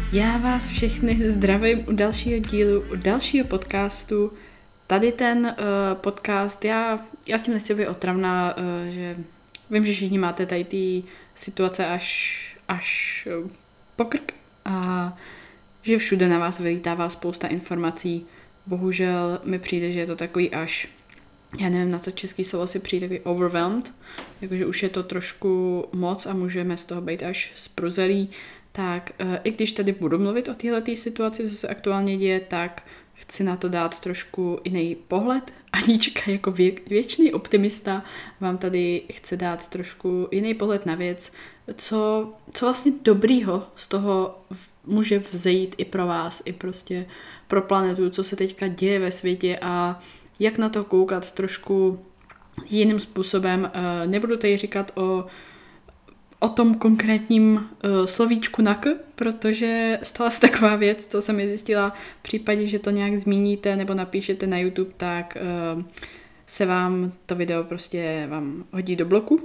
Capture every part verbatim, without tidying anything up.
Já vás všechny zdravím u dalšího dílu, u dalšího podcastu. Tady ten uh, podcast, já, já s tím nechci být otravná, uh, že vím, že všichni máte tady ty situace až, až uh, pokrk a že všude na vás vylítává spousta informací. Bohužel mi přijde, že je to takový až, já nevím, na to český slovo si přijde takový overwhelmed, jakože už je to trošku moc a můžeme z toho být až spruzelí. Tak i když tady budu mluvit o téhleté situaci, co se aktuálně děje, tak chci na to dát trošku jiný pohled. Anička jako vě, věčný optimista vám tady chce dát trošku jiný pohled na věc, co, co vlastně dobrýho z toho může vzejít i pro vás, i prostě pro planetu, co se teďka děje ve světě a jak na to koukat trošku jiným způsobem. Nebudu tady říkat o o tom konkrétním uh, slovíčku na k, protože stala se taková věc, co jsem zjistila v případě, že to nějak zmíníte nebo napíšete na YouTube, tak uh, se vám to video prostě vám hodí do bloku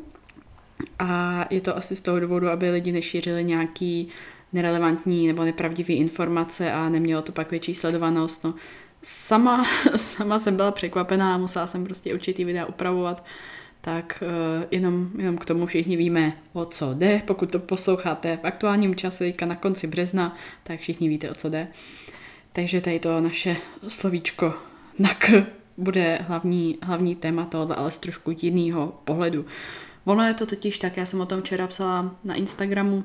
a je to asi z toho důvodu, aby lidi nešířili nějaký nerelevantní nebo nepravdivý informace a nemělo to pak větší sledovanost. No, sama, sama jsem byla překvapená a musela jsem prostě určitý videa upravovat. Tak uh, jenom, jenom k tomu všichni víme, o co jde. Pokud to posloucháte v aktuálním čase, na konci března, tak všichni víte, o co jde. Takže tady to naše slovíčko na k bude hlavní, hlavní téma tohoto, ale z trošku jiného pohledu. Ono je to totiž tak, já jsem o tom včera psala na Instagramu,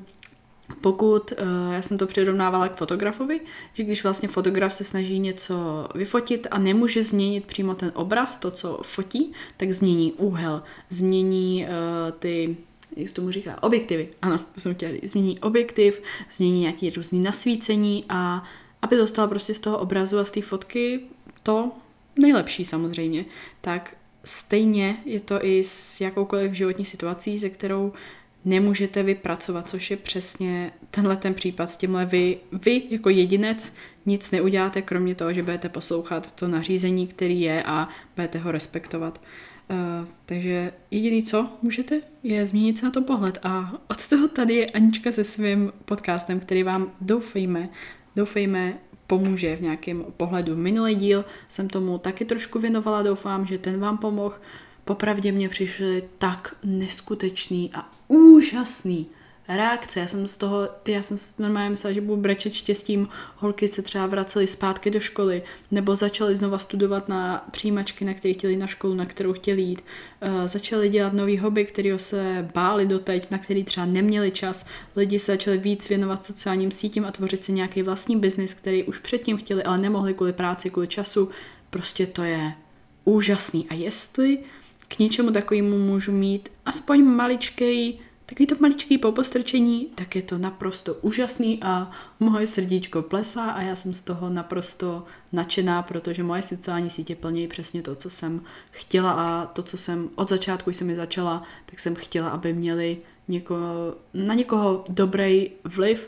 pokud, uh, já jsem to přirovnávala k fotografovi, že když vlastně fotograf se snaží něco vyfotit a nemůže změnit přímo ten obraz, to, co fotí, tak změní úhel, změní uh, ty, jak se tomu říká, objektivy, ano, to jsem chtěla říct, změní objektiv, změní nějaký různý nasvícení a aby dostal prostě z toho obrazu a z té fotky to nejlepší samozřejmě, tak stejně je to i s jakoukoliv životní situací, se kterou nemůžete vypracovat, což je přesně tenhle ten případ s tímhle vy, vy jako jedinec nic neuděláte, kromě toho, že budete poslouchat to nařízení, který je a budete ho respektovat. Uh, takže jediný, co můžete, je změnit se na to pohled a od toho tady je Anička se svým podcastem, který vám doufejme, doufejme pomůže v nějakém pohledu. Minulý díl jsem tomu taky trošku věnovala, doufám, že ten vám pomohl. Popravdě mě přišly tak neskutečný a úžasný reakce. Já jsem z toho, ty, já jsem normálně myslela, že budu brečet štěstím. Holky se třeba vracely zpátky do školy, nebo začaly znova studovat na přijímačky, na které chtěli na školu, na kterou chtěli jít. Uh, začaly dělat nový hobby, kterého se báli doteď, na který třeba neměli čas. Lidi se začali víc věnovat sociálním sítím a tvořit si nějaký vlastní biznis, který už předtím chtěli, ale nemohli kvůli práci, kvůli času. Prostě to je úžasný. A jestli k něčemu takovému můžu mít aspoň maličkej, takový to maličký popostrčení, tak je to naprosto úžasný a moje srdíčko plesá a já jsem z toho naprosto nadšená, protože moje sociální sítě plní přesně to, co jsem chtěla a to, co jsem od začátku, když jsem je začala, tak jsem chtěla, aby měli někoho, na někoho dobrý vliv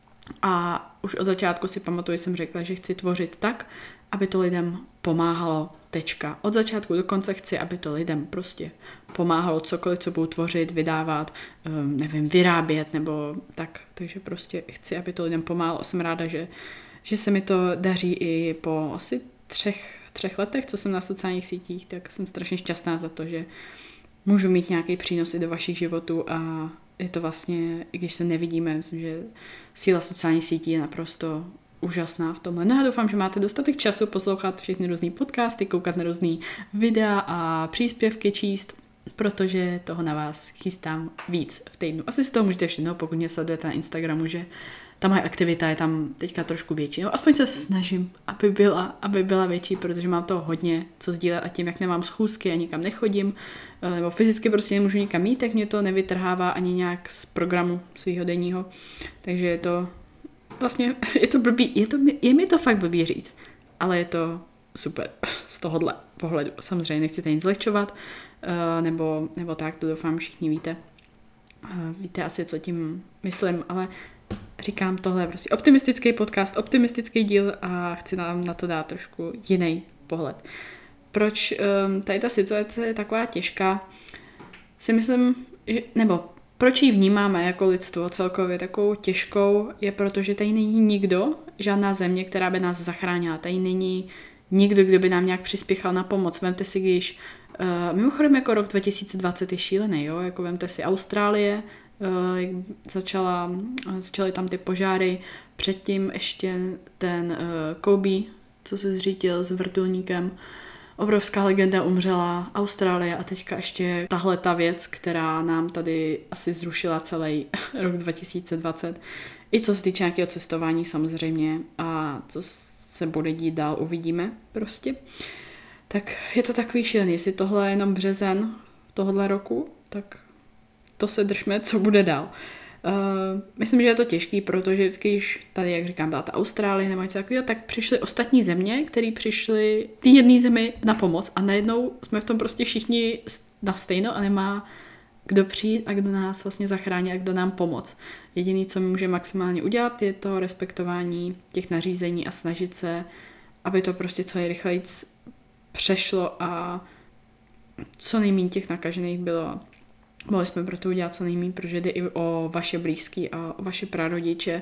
a už od začátku si pamatuju, jsem řekla, že chci tvořit tak, aby to lidem pomáhalo. Tečka. Od začátku do konce chci, aby to lidem prostě pomáhalo cokoliv, co budu tvořit, vydávat, um, nevím, vyrábět nebo tak. Takže prostě chci, aby to lidem pomáhalo. Jsem ráda, že, že se mi to daří i po asi třech, třech letech, co jsem na sociálních sítích, tak jsem strašně šťastná za to, že můžu mít nějaký přínos i do vašich životů a je to vlastně, i když se nevidíme, myslím, že síla sociálních sítí je naprosto úžasná v tomhle. No já doufám, že máte dostatek času poslouchat všechny různý podcasty, koukat na různý videa a příspěvky číst, protože toho na vás chystám víc v týdnu. Asi si toho můžete všimnout, pokud mě sledujete na Instagramu, že ta moje aktivita je tam teďka trošku větší. No aspoň se snažím, aby byla, aby byla větší, protože mám toho hodně co sdílet a tím, jak nemám schůzky a nikam nechodím, nebo fyzicky prostě nemůžu nikam mít, tak mě to nevytrhává ani nějak z programu svýho denního. Takže je to vlastně, je to blbý, je, to, je mi to fakt blbý říct, ale je to super z tohohle pohledu. Samozřejmě nechci to nic zlehčovat, nebo, nebo tak, to doufám všichni víte. Víte asi, co tím myslím, ale říkám tohle prostě optimistický podcast, optimistický díl a chci nám na to dát trošku jiný pohled. Proč um, tady ta situace je taková těžká? Si myslím, že, nebo proč ji vnímáme jako lidstvo celkově takovou těžkou, je proto, že tady není nikdo, žádná země, která by nás zachránila. Tady není nikdo, kdo by nám nějak přispěchal na pomoc. Vemte si, když uh, mimochodem jako rok dva tisíce dvacet je šílený, jo? Jako vemte si Austrálie, uh, jak začala, začaly tam ty požáry, předtím ještě ten uh, Kobe, co se zřítil s vrtulníkem, obrovská legenda umřela, Austrálie a teďka ještě tahle ta věc, která nám tady asi zrušila celý rok dva tisíce dvacet. I co se týče nějakého cestování samozřejmě a co se bude dít dál, uvidíme prostě. Tak je to takový šílený, jestli tohle je jenom březen tohohle roku, tak to se držme, co bude dál. Uh, myslím, že je to těžký, protože vždycky, když tady, jak říkám, byla ta Austrálie nebo něco takového, tak přišly ostatní země, které přišly ty jedné zemi na pomoc a najednou jsme v tom prostě všichni na stejno a nemá kdo přijít a kdo nás vlastně zachrání a kdo nám pomoct. Jediný, co může maximálně udělat, je to respektování těch nařízení a snažit se, aby to prostě co nejrychleji přešlo a co nejméně těch nakažených bylo. Mohli jsme pro to udělat co nejméně, protože jde i o vaše blízký a o vaše prarodiče.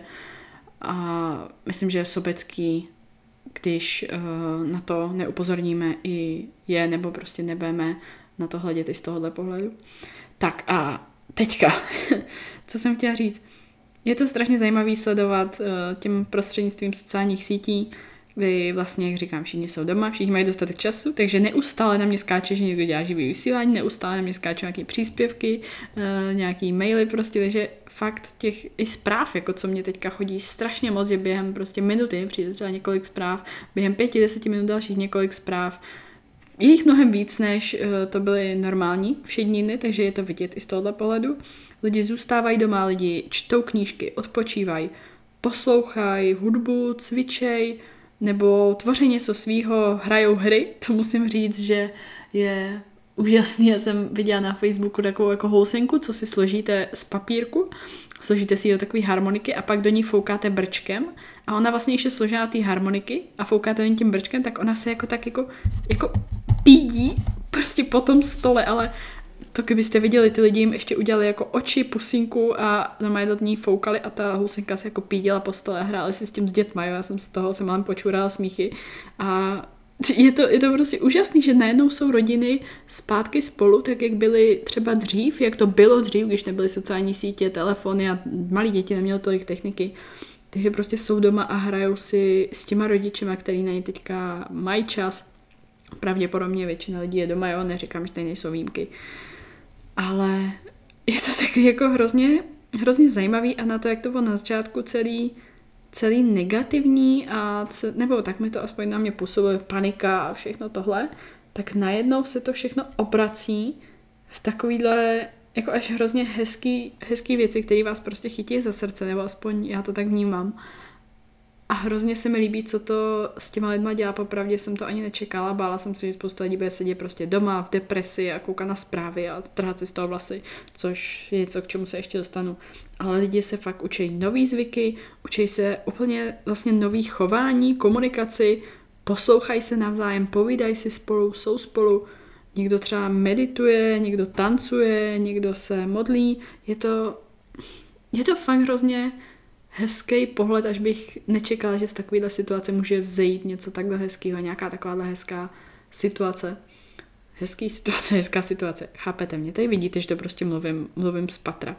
A myslím, že je sobecký, když uh, na to neupozorníme i je, nebo prostě nebudeme na to hledět i z tohohle pohledu. Tak a teďka, co jsem chtěla říct. Je to strašně zajímavý sledovat uh, těm prostřednictvím sociálních sítí, kdy vlastně, jak říkám, všichni jsou doma, všichni mají dostatek času, takže neustále na mě skáče, že někdo dělá živý vysílání, neustále na mě skáčou nějaké příspěvky, uh, nějaký maily prostě, takže fakt těch i zpráv, jako co mě teďka chodí strašně moc, že během prostě minuty přijde třeba několik zpráv, během pěti, deseti minut dalších několik zpráv. Je jich mnohem víc, než uh, to byly normální všední dny, takže je to vidět i z tohohle pohledu. Lidi zůstávají doma, lidi čtou knížky, odpočívají, poslouchají hudbu, cvičej, nebo tvoří něco svýho, hrajou hry, to musím říct, že je úžasný. Já jsem viděla na Facebooku takovou jako housenku, co si složíte z papírku, složíte si do takové harmoniky a pak do ní foukáte brčkem a ona vlastně ještě složená té harmoniky a foukáte do ní tím brčkem, tak ona se jako tak jako, jako pídí prostě po tom stole, ale to kdybyste viděli, ty lidi jim ještě udělali jako oči, pusinku a normálně do ní foukali a ta housenka se jako pídila po stole a hráli si s tím s dětma, jo? Já jsem z toho se mám počurala smíchy a je to, je to prostě úžasný, že najednou jsou rodiny zpátky spolu, tak jak byly třeba dřív, jak to bylo dřív, když nebyly sociální sítě, telefony a malí děti neměly tolik techniky, takže prostě jsou doma a hrajou si s těma rodičema, který na ně teďka mají čas. Pravděpodobně většina lidí je doma, jo, neříkám, že tady nejsou výjimky. Ale je to takový jako hrozně, hrozně zajímavý a na to, jak to bylo na začátku celý, celý negativní a ce, nebo tak mi to aspoň na mě působilo panika a všechno tohle, tak najednou se to všechno obrací v takovýhle jako až hrozně hezký, hezký věci, které vás prostě chytí za srdce, nebo aspoň já to tak vnímám. A hrozně se mi líbí, co to s těma lidma dělá, popravdě jsem to ani nečekala, bála jsem si, že spousta lidí bude sedět prostě doma v depresi a koukat na zprávy a trhat si z toho vlasy, což je něco, k čemu se ještě dostanu. Ale lidi se fakt učí nový zvyky, učí se úplně vlastně nový chování, komunikaci, poslouchají se navzájem, povídají si spolu, jsou spolu, někdo třeba medituje, někdo tancuje, někdo se modlí, je to, je to fakt hrozně hezký pohled, až bych nečekala, že z takovéhle situace může vzejít něco takhle hezkého, nějaká takováhle hezká situace. Hezký situace, hezká situace. Chápete mě? Tady vidíte, že to prostě mluvím, mluvím z patra.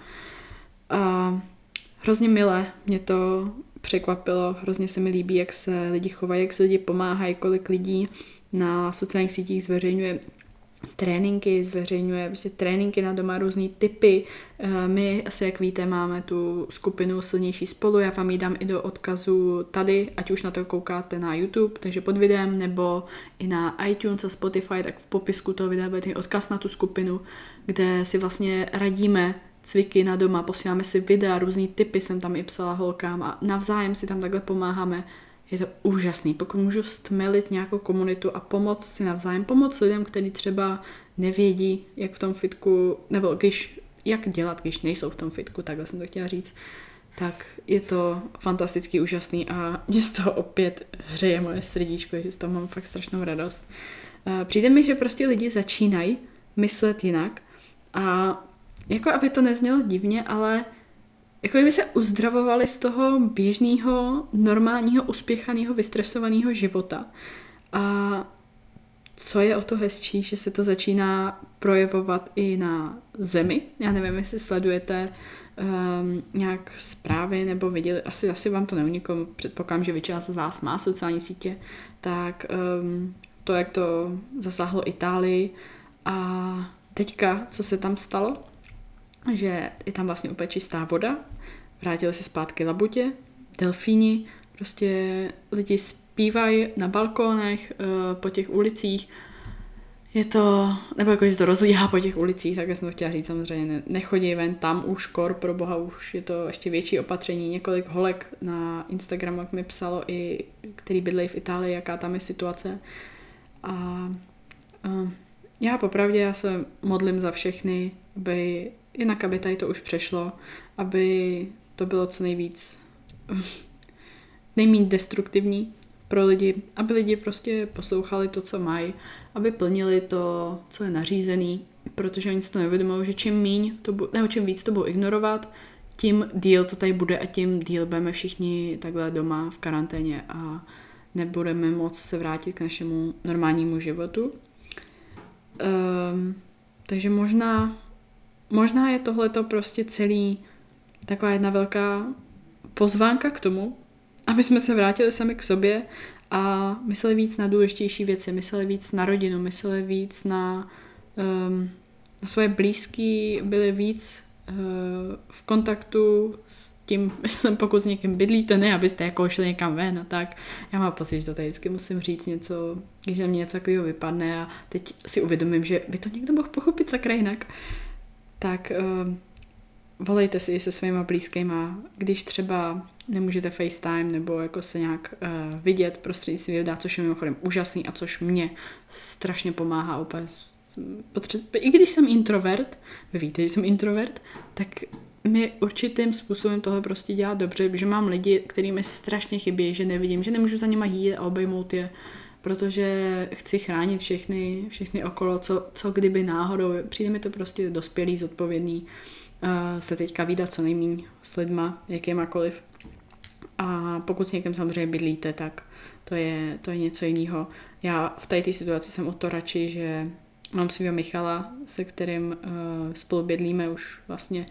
A hrozně milé mě to překvapilo, hrozně se mi líbí, jak se lidi chovají, jak se lidi pomáhají, kolik lidí na sociálních sítích zveřejňuje tréninky, zveřejňuje prostě tréninky na doma, různý typy. My asi, jak víte, máme tu skupinu Silnější spolu, já vám ji dám i do odkazu tady, ať už na to koukáte na YouTube, takže pod videem, nebo i na iTunes a Spotify, tak v popisku toho videa bude odkaz na tu skupinu, kde si vlastně radíme cviky na doma, posíláme si videa, různý typy jsem tam i psala holkám a navzájem si tam takhle pomáháme. Je to úžasný, pokud můžu stmelit nějakou komunitu a pomoct si navzájem, pomoct lidem, kteří třeba nevědí, jak v tom fitku, nebo když, jak dělat, když nejsou v tom fitku, takhle jsem to chtěla říct, tak je to fantasticky úžasný a mě z toho opět hřeje moje srdíčko, že z toho mám fakt strašnou radost. Přijde mi, že prostě lidi začínají myslet jinak a jako aby to neznělo divně, ale jako kdyby se uzdravovali z toho běžného, normálního, uspěchaného, vystresovaného života. A co je o to hezčí, že se to začíná projevovat i na zemi. Já nevím, jestli sledujete um, nějak zprávy nebo viděli, asi, asi vám to neuniklo, předpokládám, že většina z vás má sociální sítě, tak um, to, jak to zasáhlo Itálii a teďka, co se tam stalo, že je tam vlastně úplně čistá voda, vrátili se zpátky labutě, delfíni, prostě lidi zpívají na balkónech, po těch ulicích. Je to, nebo jako, že se to rozlíhá po těch ulicích, tak jsem to chtěla říct, samozřejmě nechodí ven, tam už kor, pro boha, už je to ještě větší opatření. Několik holek na Instagramu, jak mi psalo, i který bydlejí v Itálii, jaká tam je situace. A, a já popravdě, já se modlím za všechny, aby jinak, aby tady to už přešlo, aby to bylo co nejvíc nejméně destruktivní pro lidi, aby lidi prostě poslouchali to, co mají, aby plnili to, co je nařízený, protože oni si to neuvědomují, že čím míň, to bu- nebo čím víc to budou ignorovat, tím díl to tady bude a tím díl budeme všichni takhle doma v karanténě a nebudeme moct se vrátit k našemu normálnímu životu. Um, takže možná, možná je tohleto prostě celý taková jedna velká pozvánka k tomu, aby jsme se vrátili sami k sobě a mysleli víc na důležitější věci, mysleli víc na rodinu, mysleli víc na, um, na svoje blízký, byli víc uh, v kontaktu s tím, myslím, pokud s někým bydlíte, ne, abyste jako šli někam ven a tak. Já mám pocit, že to tady vždycky musím říct něco, když na mě něco takového vypadne a teď si uvědomím, že by to někdo mohl pochopit sakra jinak. Tak uh, volejte si se svýma blízkýma, když třeba nemůžete FaceTime nebo jako se nějak uh, vidět prostřednictvím videa, což je mimochodem úžasný a což mě strašně pomáhá úplně. Potře- I když jsem introvert, vy víte, že jsem introvert, tak mi určitým způsobem tohle prostě dělá dobře, že mám lidi, kterým mi strašně chybí, že nevidím, že nemůžu za nima jít a obejmout je, protože chci chránit všechny, všechny okolo, co, co kdyby náhodou, přijde mi to prostě dospělý, zodpovědný, uh, se teďka vídat co nejméně s lidma, jakýmakoliv. A pokud s někým samozřejmě bydlíte, tak to je, to je něco jiného. Já v této situaci jsem o to radši, že mám svého Michala, se kterým uh, spolu bydlíme už vlastně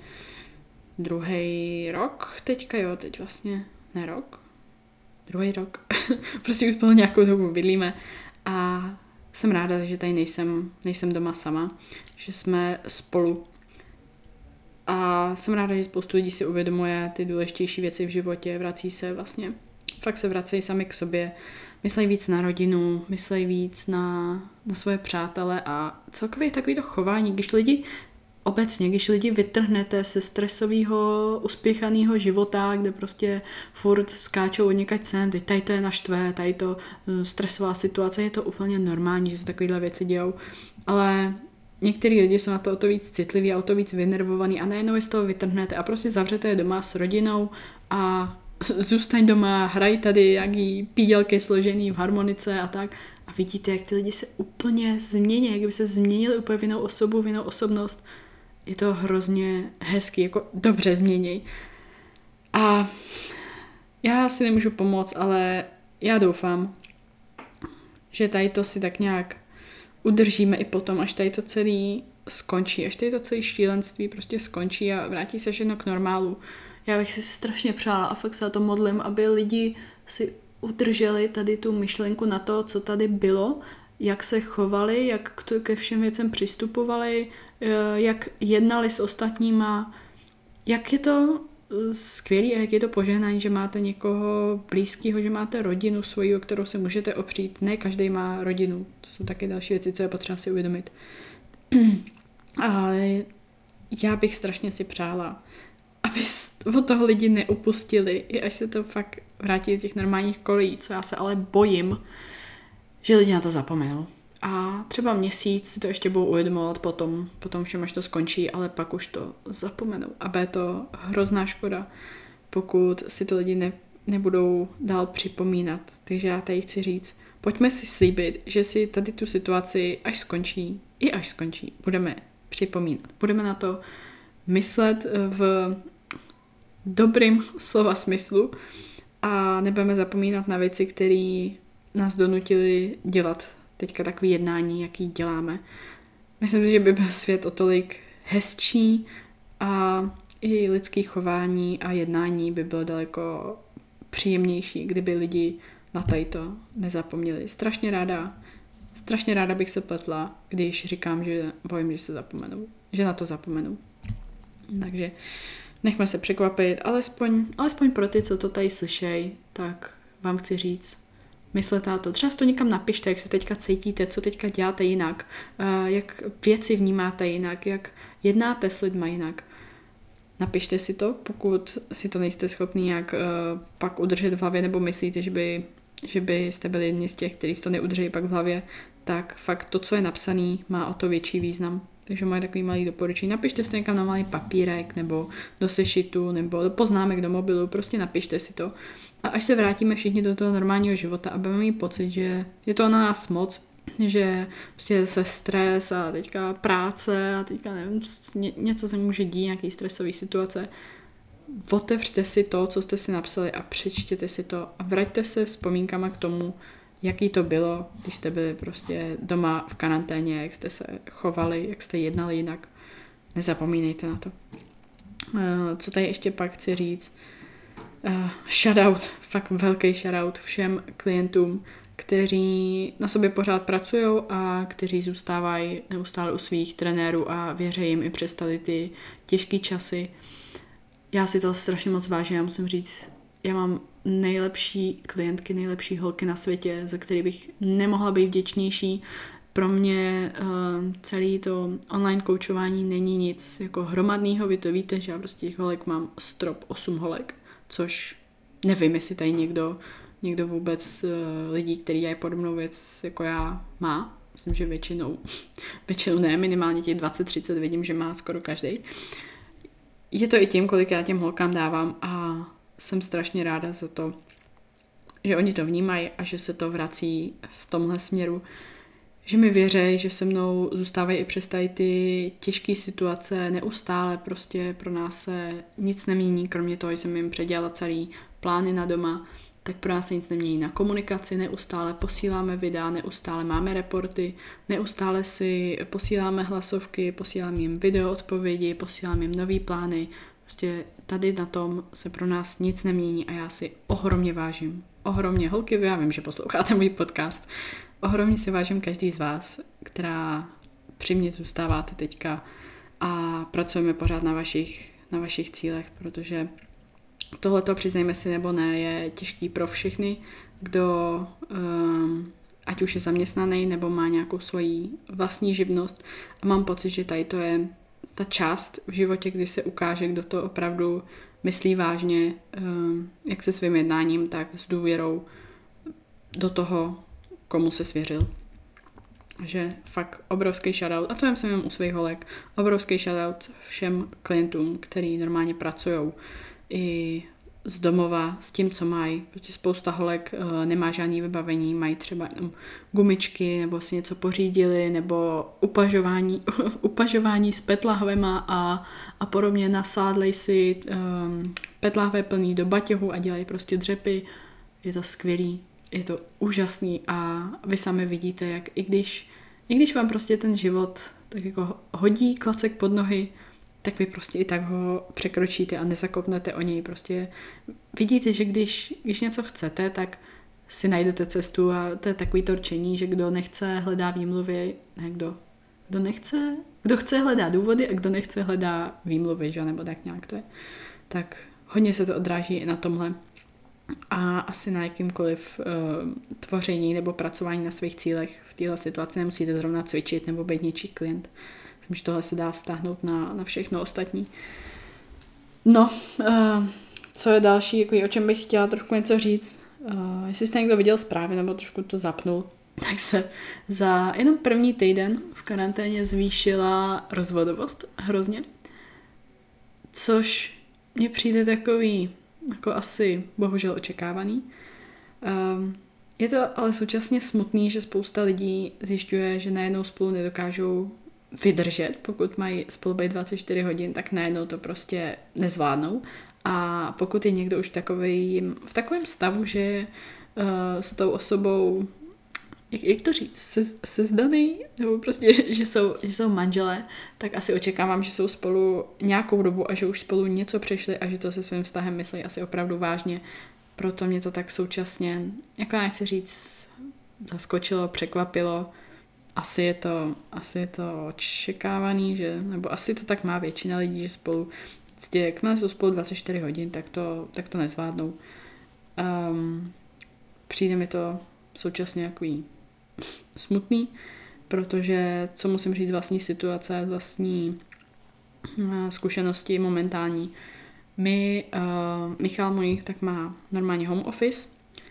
druhý rok teďka, jo, teď vlastně ne rok, druhý rok, prostě už spolu nějakou dobu bydlíme a jsem ráda, že tady nejsem, nejsem doma sama, že jsme spolu a jsem ráda, že spoustu lidí si uvědomuje ty důležitější věci v životě, vrací se vlastně, fakt se vracejí sami k sobě, myslejí víc na rodinu, myslejí víc na, na svoje přátele a celkově takový to chování, když lidi obecně, když lidi vytrhnete ze stresového, uspěchaného života, kde prostě furt skáčou od někať sem, teď tady to je naštvé, tady to stresová situace, je to úplně normální, že se takovéhle věci dějou, ale některý lidi jsou na to o to víc citliví a o to víc vynervovaný a najednou je z toho vytrhnete a prostě zavřete je doma s rodinou a zůstaň doma, hraj tady jaký pídělky složený v harmonice a tak a vidíte, jak ty lidi se úplně změní, jak by se změnili úplně v jinou osobu, v jinou osobnost. Je to hrozně hezký, jako dobře změněj. A já si nemůžu pomoct, ale já doufám, že tady to si tak nějak udržíme i potom, až tady to celý skončí, až tady to celé šílenství prostě skončí a vrátí se všechno k normálu. Já bych si strašně přála a fakt se na to modlím, aby lidi si udrželi tady tu myšlenku na to, co tady bylo, jak se chovali, jak ke všem věcem přistupovali, jak jednali s ostatníma, jak je to skvělý a jak je to požehnání, že máte někoho blízkého, že máte rodinu svoji, o kterou se můžete opřít. Ne každý má rodinu. To jsou taky další věci, co je potřeba si uvědomit. Ale já bych strašně si přála, aby od toho lidi neupustili, i až se to fakt vrátí do těch normálních kolejí, co já se ale bojím, že lidi na to zapomenou. A třeba měsíc si to ještě budou uvědomovat potom, potom všem, až to skončí, ale pak už to zapomenou. A bude to hrozná škoda, pokud si to lidi ne, nebudou dál připomínat. Takže já tady chci říct, pojďme si slíbit, že si tady tu situaci, až skončí, i až skončí, budeme připomínat. Budeme na to myslet v dobrým slova smyslu a nebudeme zapomínat na věci, které nás donutily dělat teďka takový jednání, jaký děláme. Myslím si, že by byl svět o tolik hezčí a i lidský chování a jednání by bylo daleko příjemnější, kdyby lidi na tady to nezapomněli. Strašně ráda, strašně ráda bych se pletla, když říkám, že bojím, že se zapomenu, že na to zapomenu. Takže nechme se překvapit, alespoň, alespoň pro ty, co to tady slyšej, tak vám chci říct, myslete na to. Třeba si to někam napište, jak se teďka cítíte, co teďka děláte jinak, jak věci vnímáte jinak, jak jednáte s lidma jinak. Napište si to, pokud si to nejste schopni jak uh, pak udržet v hlavě, nebo myslíte, že, by, že byste byli jedni z těch, kteří to neudrží pak v hlavě, tak fakt to, co je napsaný, má o to větší význam. Takže moje takový malý doporučení. Napište si to někam na malý papírek, nebo do sešitu, nebo do poznámek do mobilu, prostě napište si to. A až se vrátíme všichni do toho normálního života a budeme mít pocit, že je to na nás moc, že prostě se stres a teďka práce a teďka nevím, něco se může dít, nějaký stresový situace. Otevřte si to, co jste si napsali a přečtěte si to a vraťte se vzpomínkama k tomu, jaký to bylo, když jste byli prostě doma v karanténě, jak jste se chovali, jak jste jednali jinak. Nezapomínejte na to. Co tady ještě pak chci říct? Shoutout, fakt velký shoutout všem klientům, kteří na sobě pořád pracují a kteří zůstávají neustále u svých trenérů a věří jim i přes tady ty těžké časy. Já si to strašně moc vážím, já musím říct, já mám nejlepší klientky, nejlepší holky na světě, za který bych nemohla být vděčnější. Pro mě uh, celý to online koučování není nic jako hromadného, vy to víte, že já prostě těch holek mám strop osm holek, což nevím, jestli tady někdo Někdo vůbec uh, lidí, který je podobnou věc jako já, má. Myslím, že většinou, většinou ne, minimálně těch dvacet třicet vidím, že má skoro každý. Je to i tím, kolik já těm holkám dávám a jsem strašně ráda za to, že oni to vnímají a že se to vrací v tomhle směru. Že mi věří, že se mnou zůstávají i přes tady ty těžké situace neustále, prostě pro nás se nic nemění, kromě toho, že jsem jim předělala celý plány na doma, tak pro nás se nic nemění na komunikaci, neustále posíláme videa, neustále máme reporty, neustále si posíláme hlasovky, posílám jim video odpovědi, posílám jim nový plány. Prostě tady na tom se pro nás nic nemění a já si ohromně vážím. Ohromně, holky, já vím, že posloucháte můj podcast. Ohromně si vážím každý z vás, která při mě zůstáváte teďka a pracujeme pořád na vašich, na vašich cílech, protože tohleto, přiznejme si nebo ne, je těžký pro všechny, kdo um, ať už je zaměstnaný nebo má nějakou svoji vlastní živnost. A mám pocit, že tady to je ta část v životě, kdy se ukáže, kdo to opravdu myslí vážně, um, jak se svým jednáním, tak s důvěrou do toho, komu se svěřil. Takže fakt obrovský shoutout, a to jen jsem jen u svých holek, obrovský shoutout všem klientům, který normálně pracují i z domova s tím, co mají. Protože spousta holek uh, nemá žádný vybavení, mají třeba jenom gumičky, nebo si něco pořídili, nebo upažování, upažování s petlahvema a, a podobně, nasádlej si um, petlahve plný do baťohu a dělají prostě dřepy. Je to skvělý, je to úžasný a vy sami vidíte, jak i když, i když vám prostě ten život tak jako hodí klacek pod nohy, tak vy prostě i tak ho překročíte a nezakopnete o něj. Prostě vidíte, že když, když něco chcete, tak si najdete cestu a to je takový to rčení, že kdo nechce, hledá výmluvy, ne kdo, kdo nechce, kdo chce hledá důvody a kdo nechce hledá výmluvy, že? Nebo tak nějak to je. Tak hodně se to odráží i na tomhle a asi na jakýmkoliv uh, tvoření nebo pracování na svých cílech. V téhle situaci nemusíte zrovna cvičit nebo být něčí klient. Myslím, že tohle se dá vztáhnout na, na všechno ostatní. No, uh, co je další, jako o čem bych chtěla trošku něco říct. Uh, jestli jste někdo viděl zprávy nebo trošku to zapnul, tak se za jenom první týden v karanténě zvýšila rozvodovost hrozně. Což mně přijde takový jako asi bohužel očekávaný. Um, je to ale současně smutný, že spousta lidí zjišťuje, že najednou spolu nedokážou vydržet, pokud mají spolu být dvacet čtyři hodin, tak najednou to prostě nezvládnou. A pokud je někdo už takovej, v takovém stavu, že uh, s tou osobou, jak, jak to říct, se, sezdaný, nebo prostě, že jsou, že jsou manželé, tak asi očekávám, že jsou spolu nějakou dobu a že už spolu něco přešli a že to se svým vztahem myslí asi opravdu vážně. Proto mě to tak současně, jako nechci říct, zaskočilo, překvapilo. Asi je to, asi je to očekávaný, že, nebo asi to tak má většina lidí, že spolu, jakmile jsou spolu dvacet čtyři hodin, tak to, tak to nezvládnou. Um, přijde mi to současně takový smutný, protože, co musím říct, vlastní situace, vlastní uh, zkušenosti momentální. My, uh, Michal můj, tak má normálně home office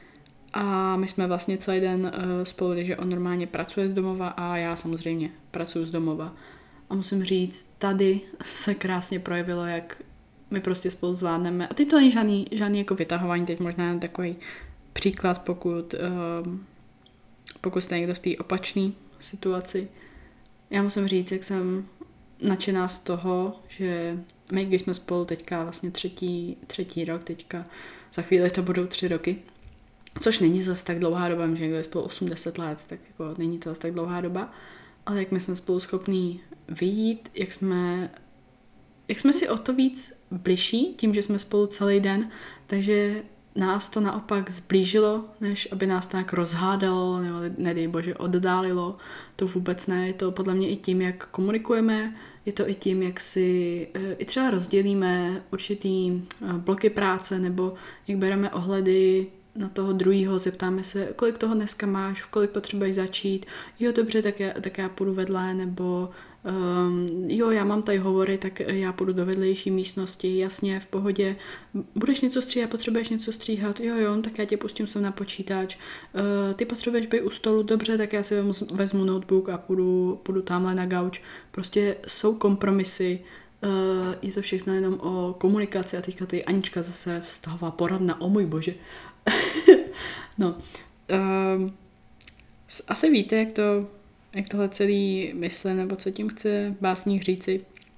a my jsme vlastně celý den uh, spolu, takže on normálně pracuje z domova a já samozřejmě pracuji z domova. A musím říct, tady se krásně projevilo, jak my prostě spolu zvládneme. A teď to není žádný, žádný jako vytahování, teď možná jen takový příklad, pokud, uh, pokud jste někdo v té opačné situaci. Já musím říct, jak jsem nadšená z toho, že my, když jsme spolu teďka vlastně třetí, třetí rok, teďka za chvíli to budou tři roky, což není zase tak dlouhá doba, že někdo je spolu osm deset let, tak jako není to zase tak dlouhá doba, ale jak my jsme spolu schopní vyjít, jak jsme, jak jsme si o to víc bližší, tím, že jsme spolu celý den, takže nás to naopak zblížilo, než aby nás to nějak rozhádalo, nebo nedej bože oddálilo, to vůbec ne, je to podle mě i tím, jak komunikujeme, je to i tím, jak si i třeba rozdělíme určitý bloky práce, nebo jak bereme ohledy na toho druhýho, zeptáme se, kolik toho dneska máš, v kolik potřebuješ začít, jo dobře, tak já, tak já půjdu vedle, nebo um, jo, já mám tady hovory, tak já půjdu do vedlejší místnosti, jasně, v pohodě, budeš něco stříhat, potřebuješ něco stříhat, jo jo, tak já tě pustím sem na počítač, uh, ty potřebuješ být u stolu, dobře, tak já si vezmu, vezmu notebook a půjdu, půjdu tamhle na gauč, prostě jsou kompromisy. Uh, je to všechno jenom o komunikaci a teďka tady Anička zase vztahová poradna, o můj bože. no, uh, asi víte, jak to, jak tohle celý myslím, nebo co tím chce básník říci.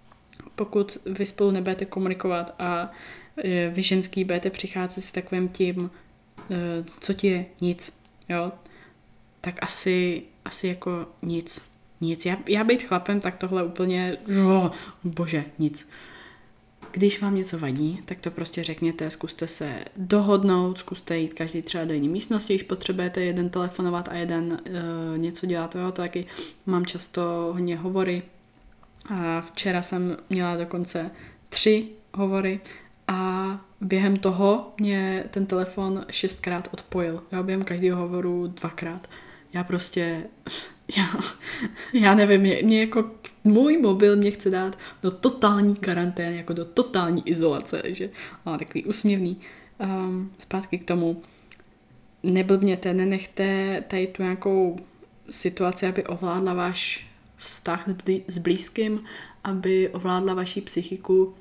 Pokud vy spolu nebudete komunikovat a uh, vy ženský budete přicházet s takovým tím, uh, co ti je nic, jo, tak asi, asi jako nic. Nic. Já, já být chlapem, tak tohle úplně, oh, bože, nic. Když vám něco vadí, tak to prostě řekněte, zkuste se dohodnout, zkuste jít každý třeba do jiné místnosti, když potřebujete jeden telefonovat a jeden uh, něco dělat. Jo, to taky mám často hodně hovory. A včera jsem měla dokonce tři hovory a během toho mě ten telefon šestkrát odpojil. Jo, během každého hovoru dvakrát. Já prostě, já, já nevím, mě, mě jako můj mobil mě chce dát do totální karantény, jako do totální izolace, takže no, takový úsměvný. Um, zpátky k tomu, neblbněte, nenechte tady tu nějakou situaci, aby ovládla váš vztah s, blí, s blízkým, aby ovládla vaši psychiku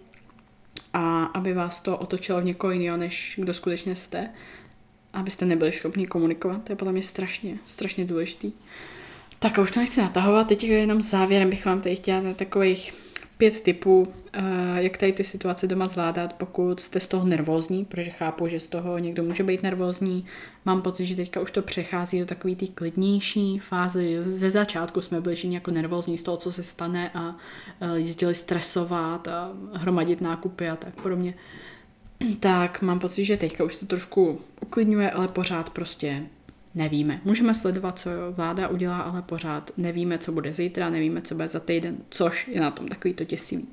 a aby vás to otočilo v někoho jiného, než kdo skutečně jste. Abyste nebyli schopni komunikovat, to je podle mě strašně, strašně důležitý. Tak a už to nechci natahovat, teď jenom závěrem bych vám tady chtěla dát takových pět tipů, jak tady ty situace doma zvládat, pokud jste z toho nervózní, protože chápu, že z toho někdo může být nervózní. Mám pocit, že teďka už to přechází do takové té klidnější fáze. Ze začátku jsme byli všichni jako nervózní z toho, co se stane a jezdili stresovat a hromadit nákupy a tak podobně. Tak mám pocit, že teďka už to trošku uklidňuje, ale pořád prostě nevíme. Můžeme sledovat, co vláda udělá, ale pořád nevíme, co bude zítra, nevíme, co bude za týden, což je na tom takový to děsivý.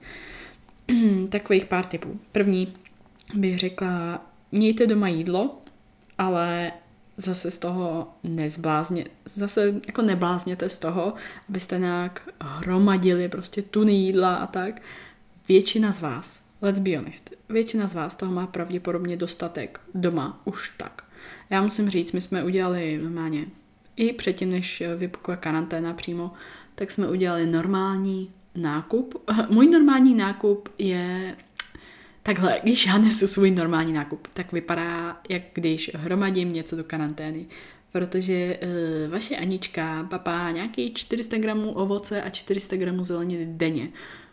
Takových pár tipů. První bych řekla, mějte doma jídlo, ale zase z toho nezblázně, zase jako neblázněte z toho, abyste nějak hromadili prostě tuny jídla a tak. Většina z vás, let's be honest, většina z vás toho má pravděpodobně dostatek doma už tak. Já musím říct, my jsme udělali normálně, i předtím, než vypukla karanténa přímo, tak jsme udělali normální nákup. Můj normální nákup je takhle, když já nesu svůj normální nákup, tak vypadá, jak když hromadím něco do karantény. protože uh, vaše Anička papá nějaký čtyři sta gramů ovoce a čtyři sta gramů zeleniny denně.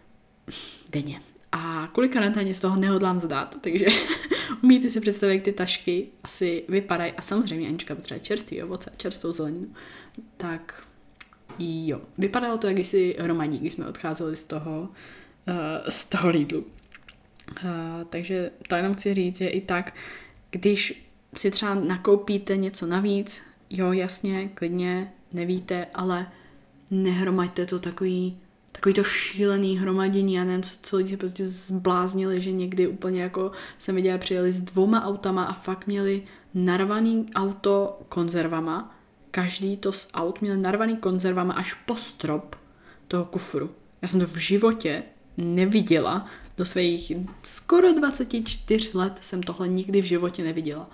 Denně. A kvůli karanténě z toho nehodlám zdát, takže umíte si představit, jak ty tašky asi vypadají. A samozřejmě Anička potřebuje čerstvý ovoce a čerstvou zeleninu. Tak jo, vypadalo to, jak když si hromadí, když jsme odcházeli z toho, uh, z toho Lidlu. Uh, takže to jenom chci říct, že i tak, když si třeba nakoupíte něco navíc, jo, jasně, klidně, nevíte, ale nehromaďte to takový, takový to šílený hromadění, já nevím, co, co lidi se prostě zbláznili, že někdy úplně jako jsem viděla, přijeli s dvouma autama a fakt měli narvaný auto konzervama, každý to z aut měl narvaný konzervama až po strop toho kufru. Já jsem to v životě neviděla, do svých skoro dvacet čtyři let jsem tohle nikdy v životě neviděla.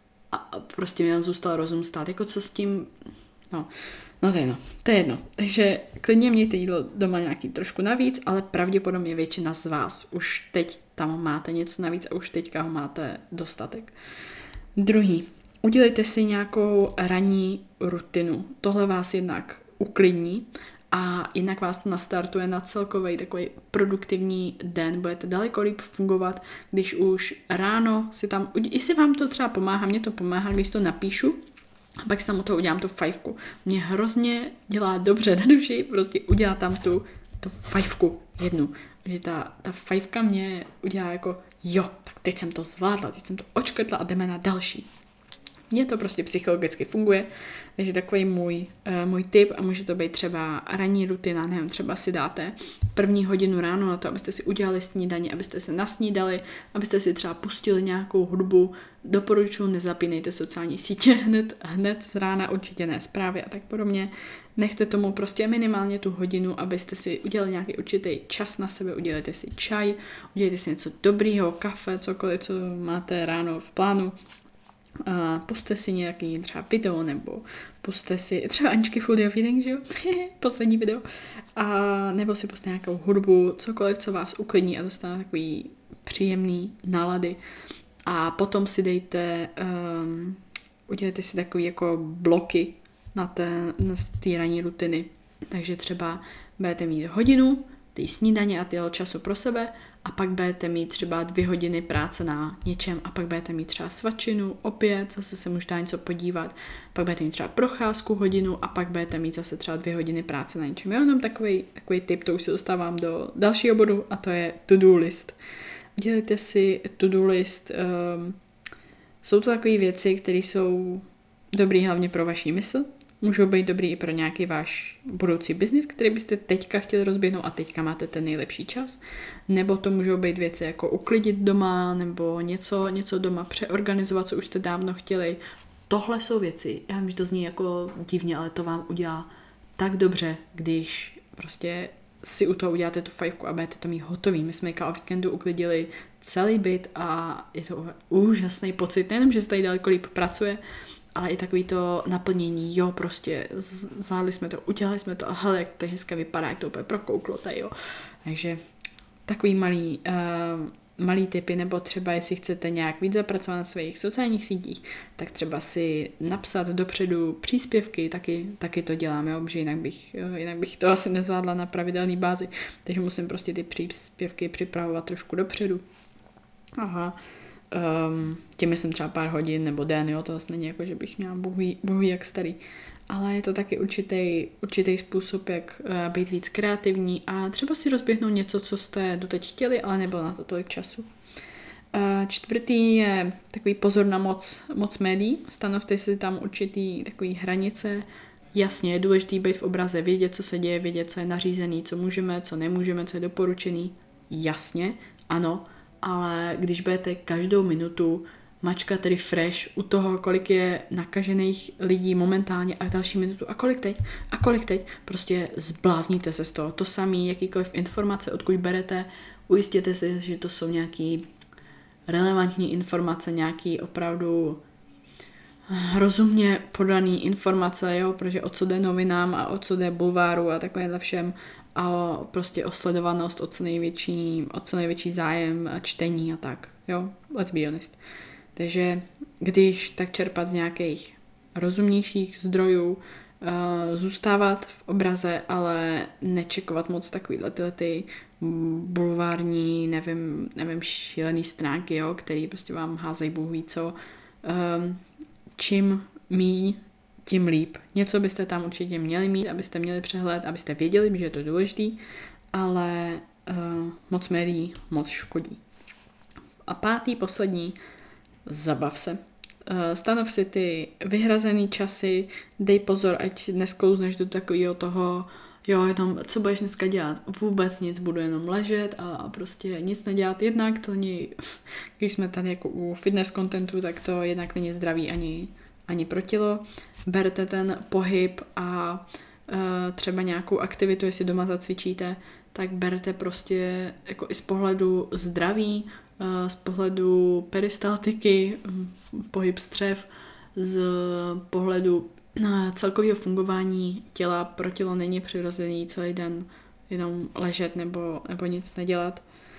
A prostě mi zůstal rozum stát, jako co s tím, no, no to je jedno, to je jedno. Takže klidně mějte jídlo doma nějaký trošku navíc, ale pravděpodobně většina z vás už teď tam máte něco navíc a už teďka ho máte dostatek. Druhý, udělejte si nějakou ranní rutinu. Tohle vás jednak uklidní a jinak vás to nastartuje na celkový takový produktivní den. Budete daleko líp fungovat, když už ráno si tam, jestli vám to třeba pomáhá, mě to pomáhá, když to napíšu, a pak si tam u toho udělám tu fajfku. Mě hrozně dělá dobře na duši, prostě udělat tam tu, tu fajfku jednu. Že ta, ta fajfka mě udělá jako, jo, tak teď jsem to zvládla, teď jsem to očkrtla a jdeme na další. Mně to prostě psychologicky funguje, takže takový můj, uh, můj tip a může to být třeba ranní rutina, nevím, třeba si dáte první hodinu ráno na to, abyste si udělali snídaní, abyste se nasnídali, abyste si třeba pustili nějakou hudbu, doporučuji, nezapínejte sociální sítě hned, hned z rána, určitě ne zprávy a tak podobně, nechte tomu prostě minimálně tu hodinu, abyste si udělali nějaký určitý čas na sebe, udělejte si čaj, udělejte si něco dobrýho, kafe, cokoliv, co máte ráno v plánu. Uh, puste si nějaký třeba video, nebo puste si třeba Aničky Full Day of Eating, že jo? Poslední video. A nebo si puste nějakou hudbu, cokoliv, co vás uklidní a dostane takový příjemný nálady. A potom si dejte, um, udělejte si takový jako bloky na té na té ranní rutiny. Takže třeba budete mít hodinu ty snídaně a tyho času pro sebe a pak budete mít třeba dvě hodiny práce na něčem a pak budete mít třeba svačinu, opět, zase se můžete něco podívat, pak budete mít třeba procházku hodinu a pak budete mít zase třeba dvě hodiny práce na něčem. Jo, jenom takový, takový tip, to už se dostávám do dalšího bodu a to je to-do list. Udělejte si to-do list, um, jsou to takové věci, které jsou dobrý hlavně pro vaši mysl, můžou být dobrý i pro nějaký váš budoucí biznis, který byste teďka chtěli rozběhnout a teďka máte ten nejlepší čas. Nebo to můžou být věci jako uklidit doma, nebo něco, něco doma přeorganizovat, co už jste dávno chtěli. Tohle jsou věci, já vím, že to zní jako divně, ale to vám udělá tak dobře, když prostě si u toho uděláte tu fajfku a budete to mít hotový. My jsme o víkendu uklidili celý byt a je to úžasný pocit, nejenom, že se tady daleko líp pracuje, ale i takový to naplnění, jo, prostě zvládli jsme to, udělali jsme to a hele, jak to hezké vypadá, jak to úplně prokouklo tady, jo. Takže takový malý, uh, malý tipy, nebo třeba jestli chcete nějak víc zapracovat na svých sociálních sítích, tak třeba si napsat dopředu příspěvky, taky, taky to dělám, jo, protože jinak bych, jo, jinak bych to asi nezvládla na pravidelné bázi, takže musím prostě ty příspěvky připravovat trošku dopředu. Aha. Um, tím jsem třeba pár hodin nebo den, jo, to vlastně není jako, že bych měla bohu, bohu jak starý. Ale je to taky určitý, určitý způsob, jak uh, být víc kreativní a třeba si rozběhnout něco, co jste doteď chtěli, ale nebylo na to tolik času. Uh, čtvrtý je takový pozor na moc, moc médií. Stanovte si tam určitý takový hranice. Jasně, je důležité být v obraze, vědět, co se děje, vědět, co je nařízený, co můžeme, co nemůžeme, co je doporučený. Jasně, ano, ale když budete každou minutu mačkat refresh u toho, kolik je nakažených lidí momentálně a další minutu a kolik teď a kolik teď, prostě zblázníte se z toho. To samé, jakýkoliv informace, odkud berete, ujistěte se, že to jsou nějaký relevantní informace, nějaký opravdu rozumně podaný informace, jo, protože o co jde novinám a o co jde bulváru a takovéhle všem a prostě o sledovanost, o co největší, o co největší zájem a čtení a tak, jo, let's be honest. Takže když tak čerpat z nějakých rozumnějších zdrojů, zůstávat v obraze, ale nečekovat moc takovýhle tyhle ty bulvární, nevím, nevím, šílený stránky, jo, který prostě vám házejí bůh ví co. Čím míň, tím líp. Něco byste tam určitě měli mít, abyste měli přehled, abyste věděli, že je to důležitý, ale uh, moc médií moc škodí. A pátý, poslední, zabav se. Uh, stanov si ty vyhrazený časy, dej pozor, ať nesklouzneš do takového toho, jo, jenom, co budeš dneska dělat? Vůbec nic, budu jenom ležet a, a prostě nic nedělat. Jednak to není, když jsme tady jako u fitness contentu, tak to jednak není zdravý ani, ani pro tělo. Berte ten pohyb a uh, třeba nějakou aktivitu, jestli doma zacvičíte, tak berte prostě jako i z pohledu zdraví, uh, z pohledu peristaltiky, pohyb střev, z pohledu celkového fungování těla. Pro tělo není přirozený celý den jenom ležet nebo, nebo nic nedělat.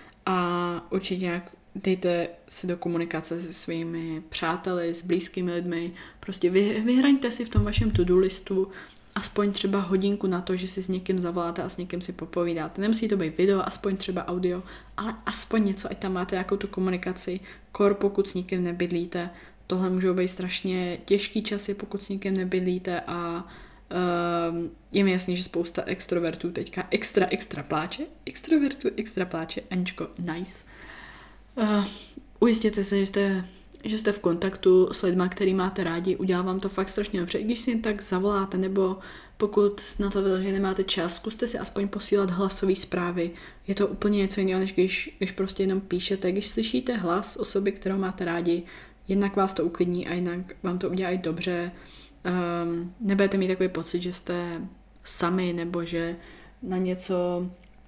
A určitě nějak dejte se do komunikace se svými přáteli, s blízkými lidmi. Prostě vy, vyhraňte si v tom vašem to-do listu aspoň třeba hodinku na to, že si s někým zavoláte a s někým si popovídáte. Nemusí to být video, aspoň třeba audio, ale aspoň něco, ať tam máte nějakou tu komunikaci, kor pokud s někým nebydlíte. Tohle můžou být strašně těžký časy, pokud s někým nebydlíte a um, je mi jasný, že spousta extrovertů teďka extra, extra pláče. Extrovertů, extra pláče. Aničko, nice. Uh, ujistěte se, že jste, že jste v kontaktu s lidma, který máte rádi, udělá vám to fakt strašně dobře. I když si jen tak zavoláte, nebo pokud na to vyloženě nemáte čas, zkuste si aspoň posílat hlasové zprávy. Je to úplně něco jiného, než když, když prostě jenom píšete. Když slyšíte hlas osoby, kterou máte rádi, jednak vás to uklidní a jinak vám to udělá i dobře. Um, nebudete mít takový pocit, že jste sami, nebo že na něco,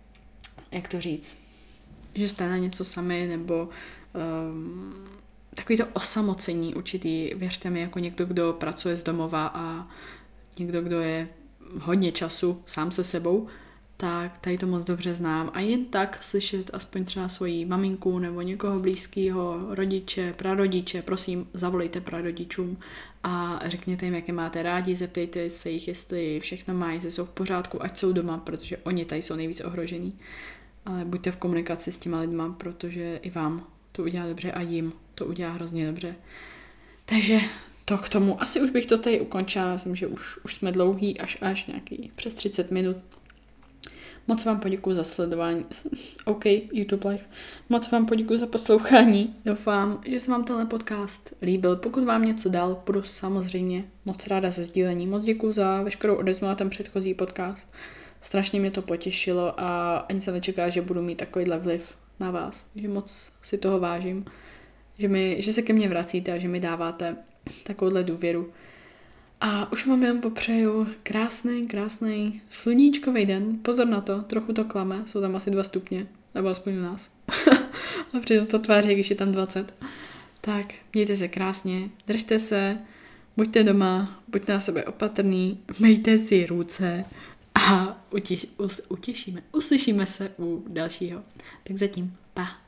jak to říct, že jste na něco sami, nebo um, takový to osamocení určitý, věřte mi, jako někdo, kdo pracuje z domova a někdo, kdo je hodně času sám se sebou, tak tady to moc dobře znám. A jen tak slyšet aspoň třeba svoji maminku nebo někoho blízkého, rodiče, prarodiče, prosím, zavolejte prarodičům a řekněte jim, jaké máte rádi, zeptejte se jich, jestli všechno mají, jestli jsou v pořádku, ať jsou doma, protože oni tady jsou nejvíc ohrožený. Ale buďte v komunikaci s těma lidma, protože i vám to udělá dobře a jim to udělá hrozně dobře. Takže to k tomu. Asi už bych to tady ukončila, myslím, že už, už jsme dlouhý, až až nějaký přes třicet minut. Moc vám poděkuji za sledování. OK, YouTube Live. Moc vám poděkuji za poslouchání. Doufám, že se vám tenhle podcast líbil. Pokud vám něco dal, budu samozřejmě moc ráda ze sdílení. Moc děkuji za veškerou odezvu na ten předchozí podcast. Strašně mě to potěšilo a ani se nečeká, že budu mít takovýhle vliv na vás. Že moc si toho vážím. Že, mi, že se ke mně vracíte a že mi dáváte takovouhle důvěru. A už vám jen popřeju krásný, krásný sluníčkový den. Pozor na to, trochu to klame, jsou tam asi dva stupně, nebo aspoň u nás. A přitom to tváří, když je tam dvacet. Tak, mějte se krásně, držte se, buďte doma, buďte na sebe opatrný, myjte si ruce a utěš, us, utěšíme, uslyšíme se u dalšího. Tak zatím, pa.